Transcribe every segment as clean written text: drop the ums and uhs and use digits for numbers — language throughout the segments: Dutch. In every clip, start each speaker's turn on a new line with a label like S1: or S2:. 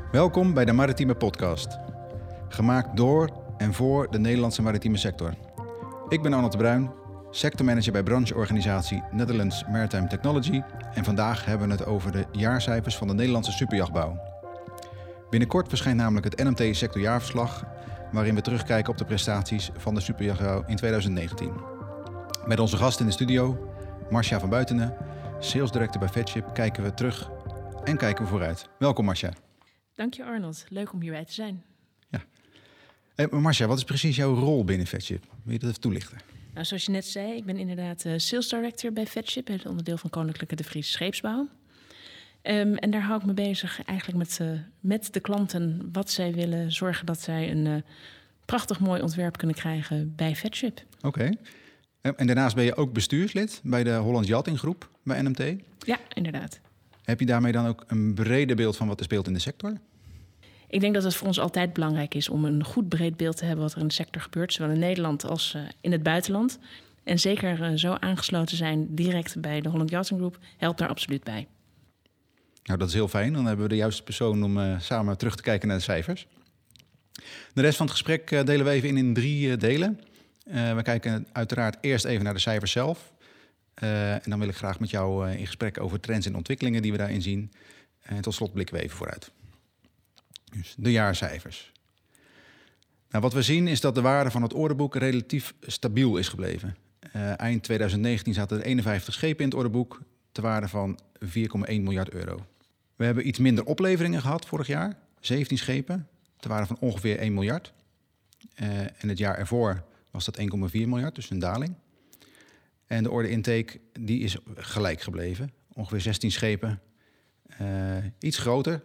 S1: Welkom bij de Maritieme Podcast. Gemaakt door en voor de Nederlandse maritieme sector. Ik ben Arnold de Bruin, sectormanager bij brancheorganisatie Netherlands Maritime Technology. En vandaag hebben we het over de jaarcijfers van de Nederlandse superjachtbouw. Binnenkort verschijnt namelijk het NMT sectorjaarverslag, waarin we terugkijken op de prestaties van de superjachtbouw in 2019. Met onze gast in de studio, Marcia van Buitenen, Sales Director bij Vetship, kijken we terug en kijken we vooruit. Welkom Marcia.
S2: Dank je Arnold, leuk om hierbij te zijn.
S1: Ja. Marcia, wat is precies jouw rol binnen Vetship? Wil je dat even toelichten?
S2: Nou, zoals je net zei, ik ben inderdaad Sales Director bij Vetship, het onderdeel van Koninklijke de Vries Scheepsbouw. En daar hou ik me bezig eigenlijk met de klanten, wat zij willen, zorgen dat zij een prachtig mooi ontwerp kunnen krijgen bij Vetship.
S1: Oké. En daarnaast ben je ook bestuurslid bij de Holland Yachting Groep bij NMT.
S2: Ja, inderdaad.
S1: Heb je daarmee dan ook een breder beeld van wat er speelt in de sector?
S2: Ik denk dat het voor ons altijd belangrijk is om een goed breed beeld te hebben wat er in de sector gebeurt, zowel in Nederland als in het buitenland. En zeker zo aangesloten zijn direct bij de Holland Yachting Groep helpt daar absoluut bij.
S1: Nou, dat is heel fijn. Dan hebben we de juiste persoon om samen terug te kijken naar de cijfers. De rest van het gesprek delen we even in 3 delen. We kijken uiteraard eerst even naar de cijfers zelf. En dan wil ik graag met jou in gesprek over trends en ontwikkelingen die we daarin zien. En tot slot blikken we even vooruit. Dus de jaarcijfers. Nou, wat we zien is dat de waarde van het orderboek relatief stabiel is gebleven. Eind 2019 zaten er 51 schepen in het orderboek ter waarde van 4,1 miljard euro. We hebben iets minder opleveringen gehad vorig jaar. 17 schepen ter waarde van ongeveer 1 miljard. En het jaar ervoor was dat 1,4 miljard, dus een daling. En de order intake die is gelijk gebleven. Ongeveer 16 schepen. Iets groter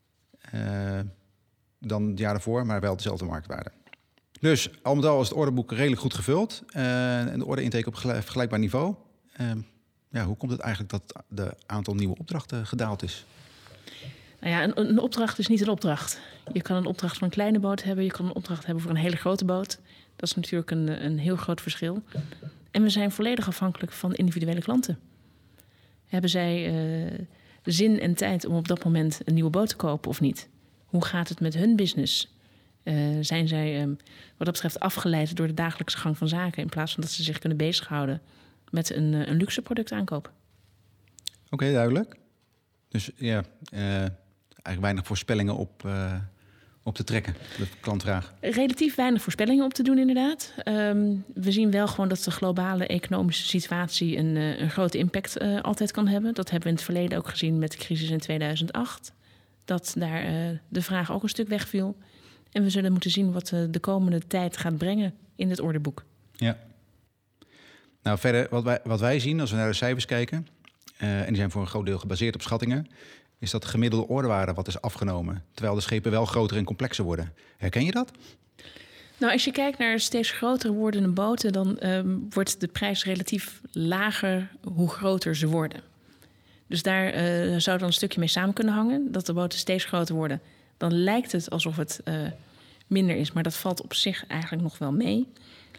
S1: dan het jaar ervoor, maar wel dezelfde marktwaarde. Dus al met al is het orderboek redelijk goed gevuld. En de order intake op vergelijkbaar niveau. Hoe komt het eigenlijk dat de aantal nieuwe opdrachten gedaald is?
S2: Nou ja, een opdracht is niet een opdracht. Je kan een opdracht voor een kleine boot hebben. Je kan een opdracht hebben voor een hele grote boot. Dat is natuurlijk een heel groot verschil. En we zijn volledig afhankelijk van individuele klanten. Hebben zij zin en tijd om op dat moment een nieuwe boot te kopen of niet? Hoe gaat het met hun business? Zijn zij wat dat betreft afgeleid door de dagelijkse gang van zaken, in plaats van dat ze zich kunnen bezighouden met een luxe product aankopen?
S1: Oké, duidelijk. Dus ja, eigenlijk weinig voorspellingen op te trekken, de klantvraag.
S2: Relatief weinig voorspellingen op te doen, inderdaad. We zien wel gewoon dat de globale economische situatie een grote impact altijd kan hebben. Dat hebben we in het verleden ook gezien met de crisis in 2008. Dat daar de vraag ook een stuk wegviel. En we zullen moeten zien wat de komende tijd gaat brengen in het orderboek.
S1: Ja. Nou, verder, wat wij zien als we naar de cijfers kijken, en die zijn voor een groot deel gebaseerd op schattingen, is dat de gemiddelde orderwaarde wat is afgenomen, terwijl de schepen wel groter en complexer worden. Herken je dat?
S2: Nou, als je kijkt naar steeds groter wordende boten, dan wordt de prijs relatief lager hoe groter ze worden. Dus daar zou dan een stukje mee samen kunnen hangen, dat de boten steeds groter worden. Dan lijkt het alsof het minder is, maar dat valt op zich eigenlijk nog wel mee.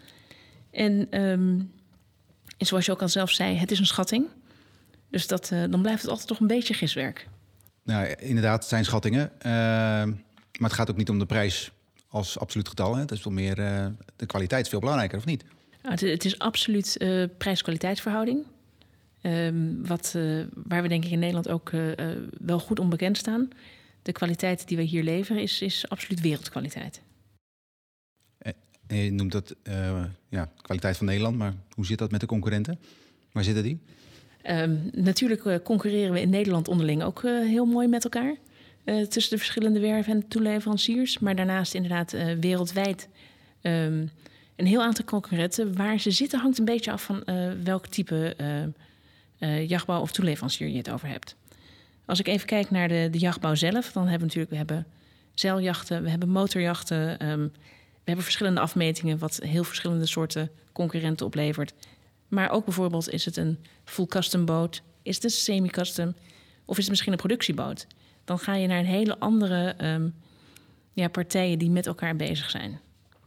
S2: En zoals je ook al zelf zei, het is een schatting. Dus dan blijft het altijd toch een beetje giswerk.
S1: Nou, inderdaad, het zijn schattingen. Maar het gaat ook niet om de prijs als absoluut getal. Hè? Het is veel meer de kwaliteit is veel belangrijker, of niet?
S2: Nou, het is absoluut prijs-kwaliteitsverhouding. Waar we denk ik in Nederland ook wel goed onbekend staan. De kwaliteit die we hier leveren is absoluut wereldkwaliteit.
S1: En je noemt dat kwaliteit van Nederland, maar hoe zit dat met de concurrenten? Waar zitten die?
S2: Natuurlijk concurreren we in Nederland onderling ook heel mooi met elkaar. Tussen de verschillende werven en toeleveranciers. Maar daarnaast inderdaad wereldwijd een heel aantal concurrenten. Waar ze zitten hangt een beetje af van welk type jachtbouw of toeleverancier je het over hebt. Als ik even kijk naar de jachtbouw zelf, dan hebben we hebben zeiljachten, we hebben motorjachten. We hebben verschillende afmetingen wat heel verschillende soorten concurrenten oplevert. Maar ook bijvoorbeeld is het een full custom boot, is het een semi-custom of is het misschien een productieboot? Dan ga je naar een hele andere partijen die met elkaar bezig zijn.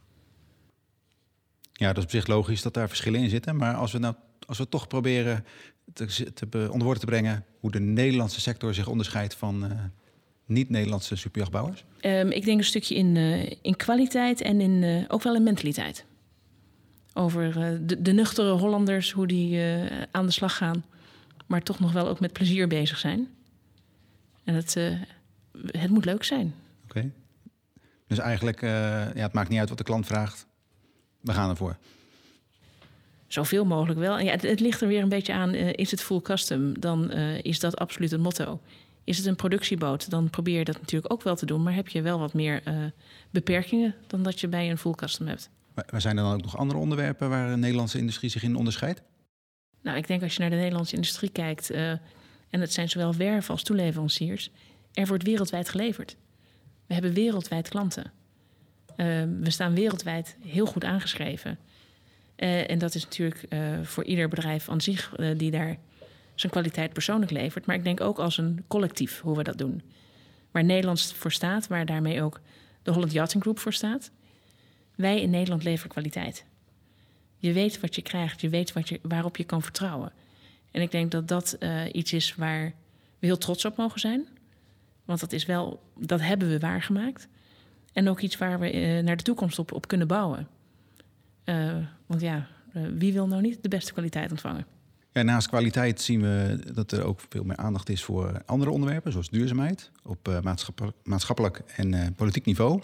S1: Ja, dat is op zich logisch dat daar verschillen in zitten. Maar als we toch proberen onder woorden te brengen hoe de Nederlandse sector zich onderscheidt van niet-Nederlandse superjachtbouwers?
S2: Ik denk een stukje in kwaliteit en ook wel in mentaliteit. Over de nuchtere Hollanders, hoe die aan de slag gaan, maar toch nog wel ook met plezier bezig zijn. En het moet leuk zijn.
S1: Oké. Dus eigenlijk, het maakt niet uit wat de klant vraagt. We gaan ervoor.
S2: Zoveel mogelijk wel. En ja, het ligt er weer een beetje aan. Is het full custom, dan is dat absoluut het motto. Is het een productieboot, dan probeer je dat natuurlijk ook wel te doen. Maar heb je wel wat meer beperkingen dan dat je bij een full custom hebt.
S1: Maar zijn er dan ook nog andere onderwerpen waar de Nederlandse industrie zich in onderscheidt?
S2: Nou, ik denk als je naar de Nederlandse industrie kijkt, en het zijn zowel werven als toeleveranciers, er wordt wereldwijd geleverd. We hebben wereldwijd klanten. We staan wereldwijd heel goed aangeschreven. En dat is natuurlijk voor ieder bedrijf aan zich die daar zijn kwaliteit persoonlijk levert. Maar ik denk ook als een collectief hoe we dat doen. Waar Nederland voor staat, waar daarmee ook de Holland Yachting Group voor staat. Wij in Nederland leveren kwaliteit. Je weet wat je krijgt, je weet waarop je kan vertrouwen. En ik denk dat dat iets is waar we heel trots op mogen zijn. Want dat hebben we waargemaakt. En ook iets waar we naar de toekomst op kunnen bouwen. Want wie wil nou niet de beste kwaliteit ontvangen?
S1: Ja, naast kwaliteit zien we dat er ook veel meer aandacht is voor andere onderwerpen, zoals duurzaamheid, op maatschappelijk en politiek niveau.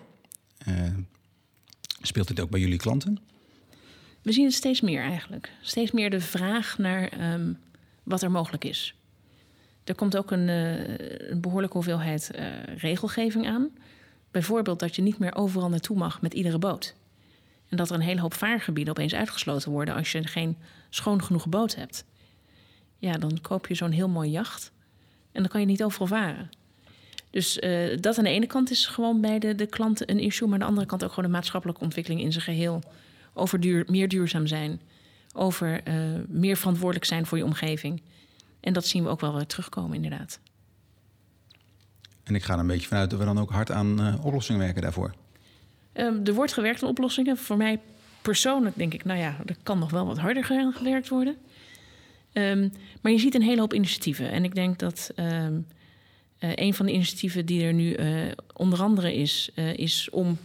S1: Speelt dit ook bij jullie klanten?
S2: We zien het steeds meer eigenlijk. Steeds meer de vraag naar wat er mogelijk is. Er komt ook een behoorlijke hoeveelheid regelgeving aan. Bijvoorbeeld dat je niet meer overal naartoe mag met iedere boot. En dat er een hele hoop vaargebieden opeens uitgesloten worden als je geen schoon genoeg boot hebt. Ja, dan koop je zo'n heel mooi jacht en dan kan je niet overal varen. Dus dat aan de ene kant is gewoon bij de klanten een issue, maar aan de andere kant ook gewoon de maatschappelijke ontwikkeling in zijn geheel. Over meer duurzaam zijn, over meer verantwoordelijk zijn voor je omgeving. En dat zien we ook wel weer terugkomen, inderdaad.
S1: En ik ga er een beetje vanuit dat we dan ook hard aan oplossingen werken daarvoor.
S2: Er wordt gewerkt aan oplossingen. Voor mij persoonlijk denk ik, er kan nog wel wat harder gewerkt worden. Maar je ziet een hele hoop initiatieven. En ik denk dat een van de initiatieven die er nu onder andere is om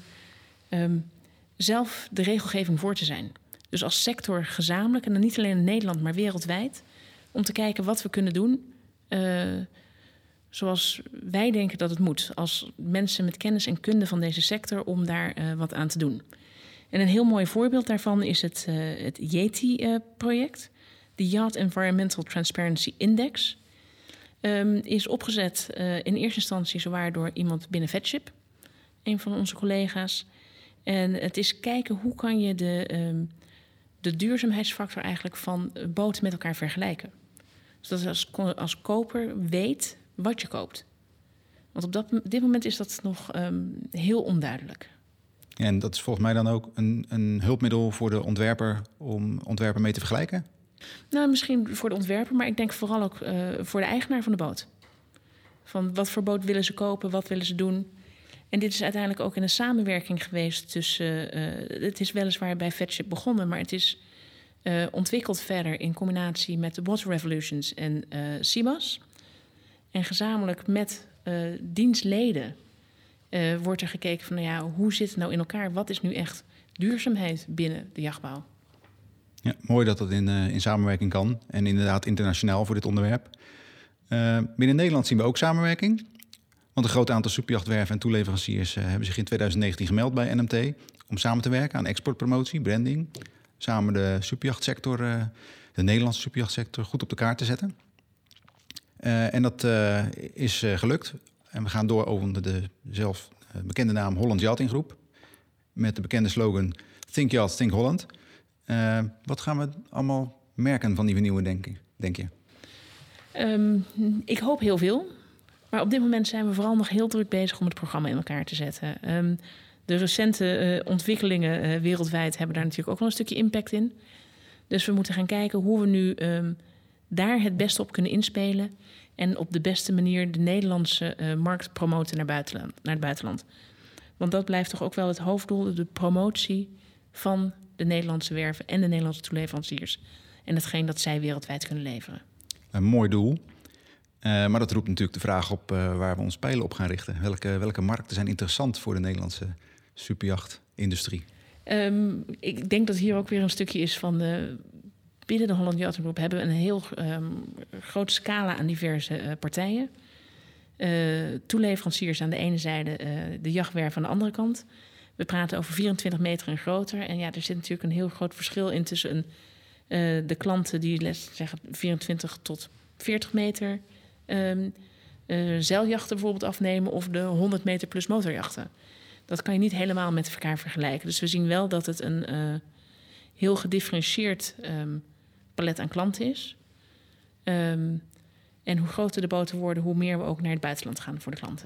S2: zelf de regelgeving voor te zijn. Dus als sector gezamenlijk, en dan niet alleen in Nederland, maar wereldwijd, om te kijken wat we kunnen doen zoals wij denken dat het moet, als mensen met kennis en kunde van deze sector, om daar wat aan te doen. En een heel mooi voorbeeld daarvan is het YETI-project. De Yacht Environmental Transparency Index is opgezet in eerste instantie zowaar door iemand binnen Vetship, een van onze collega's. En het is kijken hoe kan je de duurzaamheidsfactor eigenlijk van boten met elkaar vergelijken. Zodat je als koper weet wat je koopt. Want op dit moment is dat nog heel onduidelijk.
S1: Ja, en dat is volgens mij dan ook een hulpmiddel voor de ontwerper om ontwerpen mee te vergelijken?
S2: Nou, misschien voor de ontwerper, maar ik denk vooral ook voor de eigenaar van de boot. Van wat voor boot willen ze kopen, wat willen ze doen. En dit is uiteindelijk ook in een samenwerking geweest tussen... het is weliswaar bij Vetship begonnen, maar het is ontwikkeld verder in combinatie met de Water Revolutions en CIMAS. En gezamenlijk met dienstleden wordt er gekeken van... hoe zit het nou in elkaar? Wat is nu echt duurzaamheid binnen de jachtbouw?
S1: Ja, mooi dat dat in samenwerking kan. En inderdaad internationaal voor dit onderwerp. Binnen Nederland zien we ook samenwerking. Want een groot aantal superjachtwerven en toeleveranciers hebben zich in 2019 gemeld bij NMT... om samen te werken aan exportpromotie, branding. Samen de superjachtsector, de Nederlandse superjachtsector, goed op de kaart te zetten. En dat is gelukt. En we gaan door over de zelf bekende naam Holland Yachting Group. Met de bekende slogan Think Yacht, Think Holland. Wat gaan we allemaal merken van die vernieuwing, denk je?
S2: Ik hoop heel veel. Maar op dit moment zijn we vooral nog heel druk bezig om het programma in elkaar te zetten. De recente ontwikkelingen wereldwijd hebben daar natuurlijk ook wel een stukje impact in. Dus we moeten gaan kijken hoe we nu daar het beste op kunnen inspelen... en op de beste manier de Nederlandse markt promoten naar het buitenland. Want dat blijft toch ook wel het hoofddoel, de promotie van de Nederlandse werven en de Nederlandse toeleveranciers. En hetgeen dat zij wereldwijd kunnen leveren.
S1: Een mooi doel. Maar dat roept natuurlijk de vraag op waar we ons pijlen op gaan richten. Welke markten zijn interessant voor de Nederlandse superjachtindustrie?
S2: Ik denk dat hier ook weer een stukje is van... binnen de Holland Yachting Group hebben we een heel grote scala aan diverse partijen. Toeleveranciers aan de ene zijde, de jachtwerf aan de andere kant. We praten over 24 meter en groter. En ja, er zit natuurlijk een heel groot verschil in tussen de klanten die zeggen 24 tot 40 meter zeiljachten bijvoorbeeld afnemen of de 100 meter plus motorjachten. Dat kan je niet helemaal met elkaar vergelijken. Dus we zien wel dat het een heel gedifferentieerd palet aan klanten is. En hoe groter de boten worden, hoe meer we ook naar het buitenland gaan voor de klanten.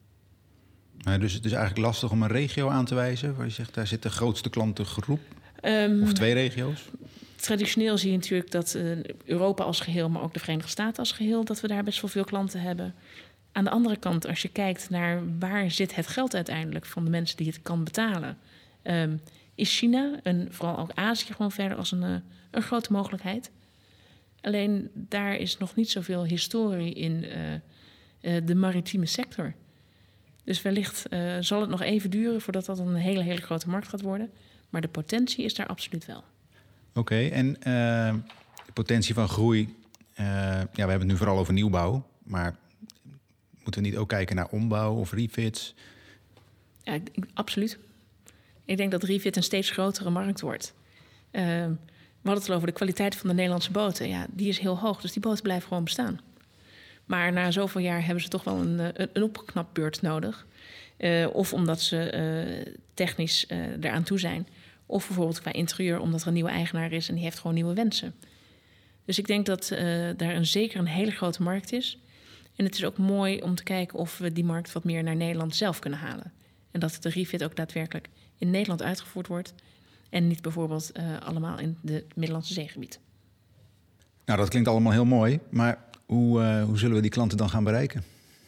S1: Dus het is eigenlijk lastig om een regio aan te wijzen, waar je zegt, daar zit de grootste klantengroep? Of 2 regio's?
S2: Traditioneel zie je natuurlijk dat Europa als geheel, maar ook de Verenigde Staten als geheel, dat we daar best wel veel klanten hebben. Aan de andere kant, als je kijkt naar waar zit het geld uiteindelijk van de mensen die het kan betalen, is China en vooral ook Azië gewoon verder als een grote mogelijkheid. Alleen daar is nog niet zoveel historie in de maritieme sector. Dus wellicht zal het nog even duren voordat dat een hele, hele grote markt gaat worden. Maar de potentie is daar absoluut wel.
S1: Oké, en de potentie van groei. We hebben het nu vooral over nieuwbouw. Maar moeten we niet ook kijken naar ombouw of refits?
S2: Ja, absoluut. Ik denk dat refit een steeds grotere markt wordt. We hadden het al over de kwaliteit van de Nederlandse boten. Ja, die is heel hoog, dus die boten blijven gewoon bestaan. Maar na zoveel jaar hebben ze toch wel een opknapbeurt nodig. Of omdat ze technisch eraan toe zijn. Of bijvoorbeeld qua interieur, omdat er een nieuwe eigenaar is en die heeft gewoon nieuwe wensen. Dus ik denk dat daar zeker een hele grote markt is. En het is ook mooi om te kijken of we die markt wat meer naar Nederland zelf kunnen halen. En dat de refit ook daadwerkelijk in Nederland uitgevoerd wordt. En niet bijvoorbeeld allemaal in het Middellandse Zeegebied.
S1: Nou, dat klinkt allemaal heel mooi. Maar hoe zullen we die klanten dan gaan bereiken?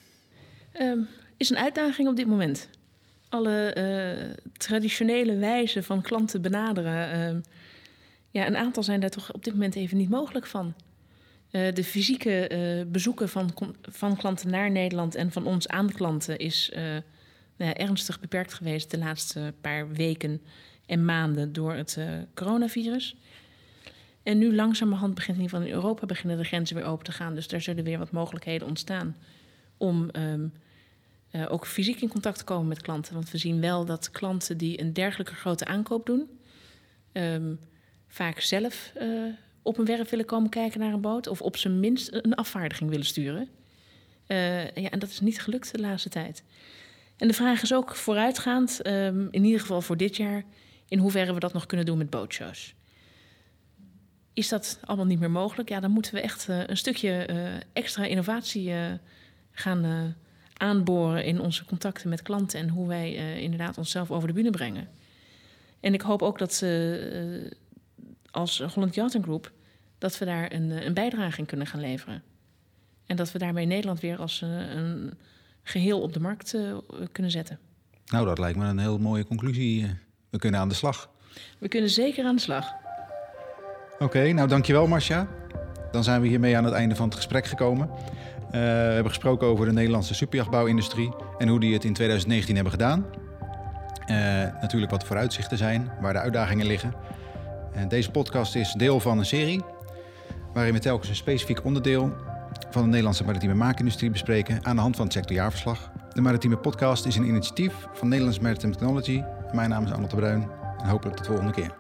S2: Is een uitdaging op dit moment. Alle traditionele wijzen van klanten benaderen. Een aantal zijn daar toch op dit moment even niet mogelijk van. De fysieke bezoeken van klanten naar Nederland en van ons aan de klanten is ernstig beperkt geweest de laatste paar weken en maanden door het coronavirus. En nu langzamerhand begint in ieder geval in Europa beginnen de grenzen weer open te gaan. Dus daar zullen weer wat mogelijkheden ontstaan om ook fysiek in contact te komen met klanten. Want we zien wel dat klanten die een dergelijke grote aankoop doen, vaak zelf op een werf willen komen kijken naar een boot, of op zijn minst een afvaardiging willen sturen. En dat is niet gelukt de laatste tijd. En de vraag is ook vooruitgaand, in ieder geval voor dit jaar, in hoeverre we dat nog kunnen doen met bootshows. Is dat allemaal niet meer mogelijk? Ja, dan moeten we echt een stukje extra innovatie gaan aanboren in onze contacten met klanten en hoe wij inderdaad onszelf over de bühne brengen. En ik hoop ook dat als Holland Yachting Group dat we daar een bijdrage in kunnen gaan leveren. En dat we daarmee Nederland weer als een geheel op de markt kunnen zetten.
S1: Nou, dat lijkt me een heel mooie conclusie. We kunnen aan de slag.
S2: We kunnen zeker aan de slag.
S1: Oké, nou dankjewel Marcia. Dan zijn we hiermee aan het einde van het gesprek gekomen. We hebben gesproken over de Nederlandse superjachtbouwindustrie en hoe die het in 2019 hebben gedaan. Natuurlijk wat de vooruitzichten zijn, waar de uitdagingen liggen. Deze podcast is deel van een serie waarin we telkens een specifiek onderdeel van de Nederlandse maritieme maakindustrie bespreken aan de hand van het sectorjaarverslag. De Maritieme Podcast is een initiatief van Nederlands Maritime Technology. Mijn naam is Arnold de Bruin en hopelijk tot de volgende keer.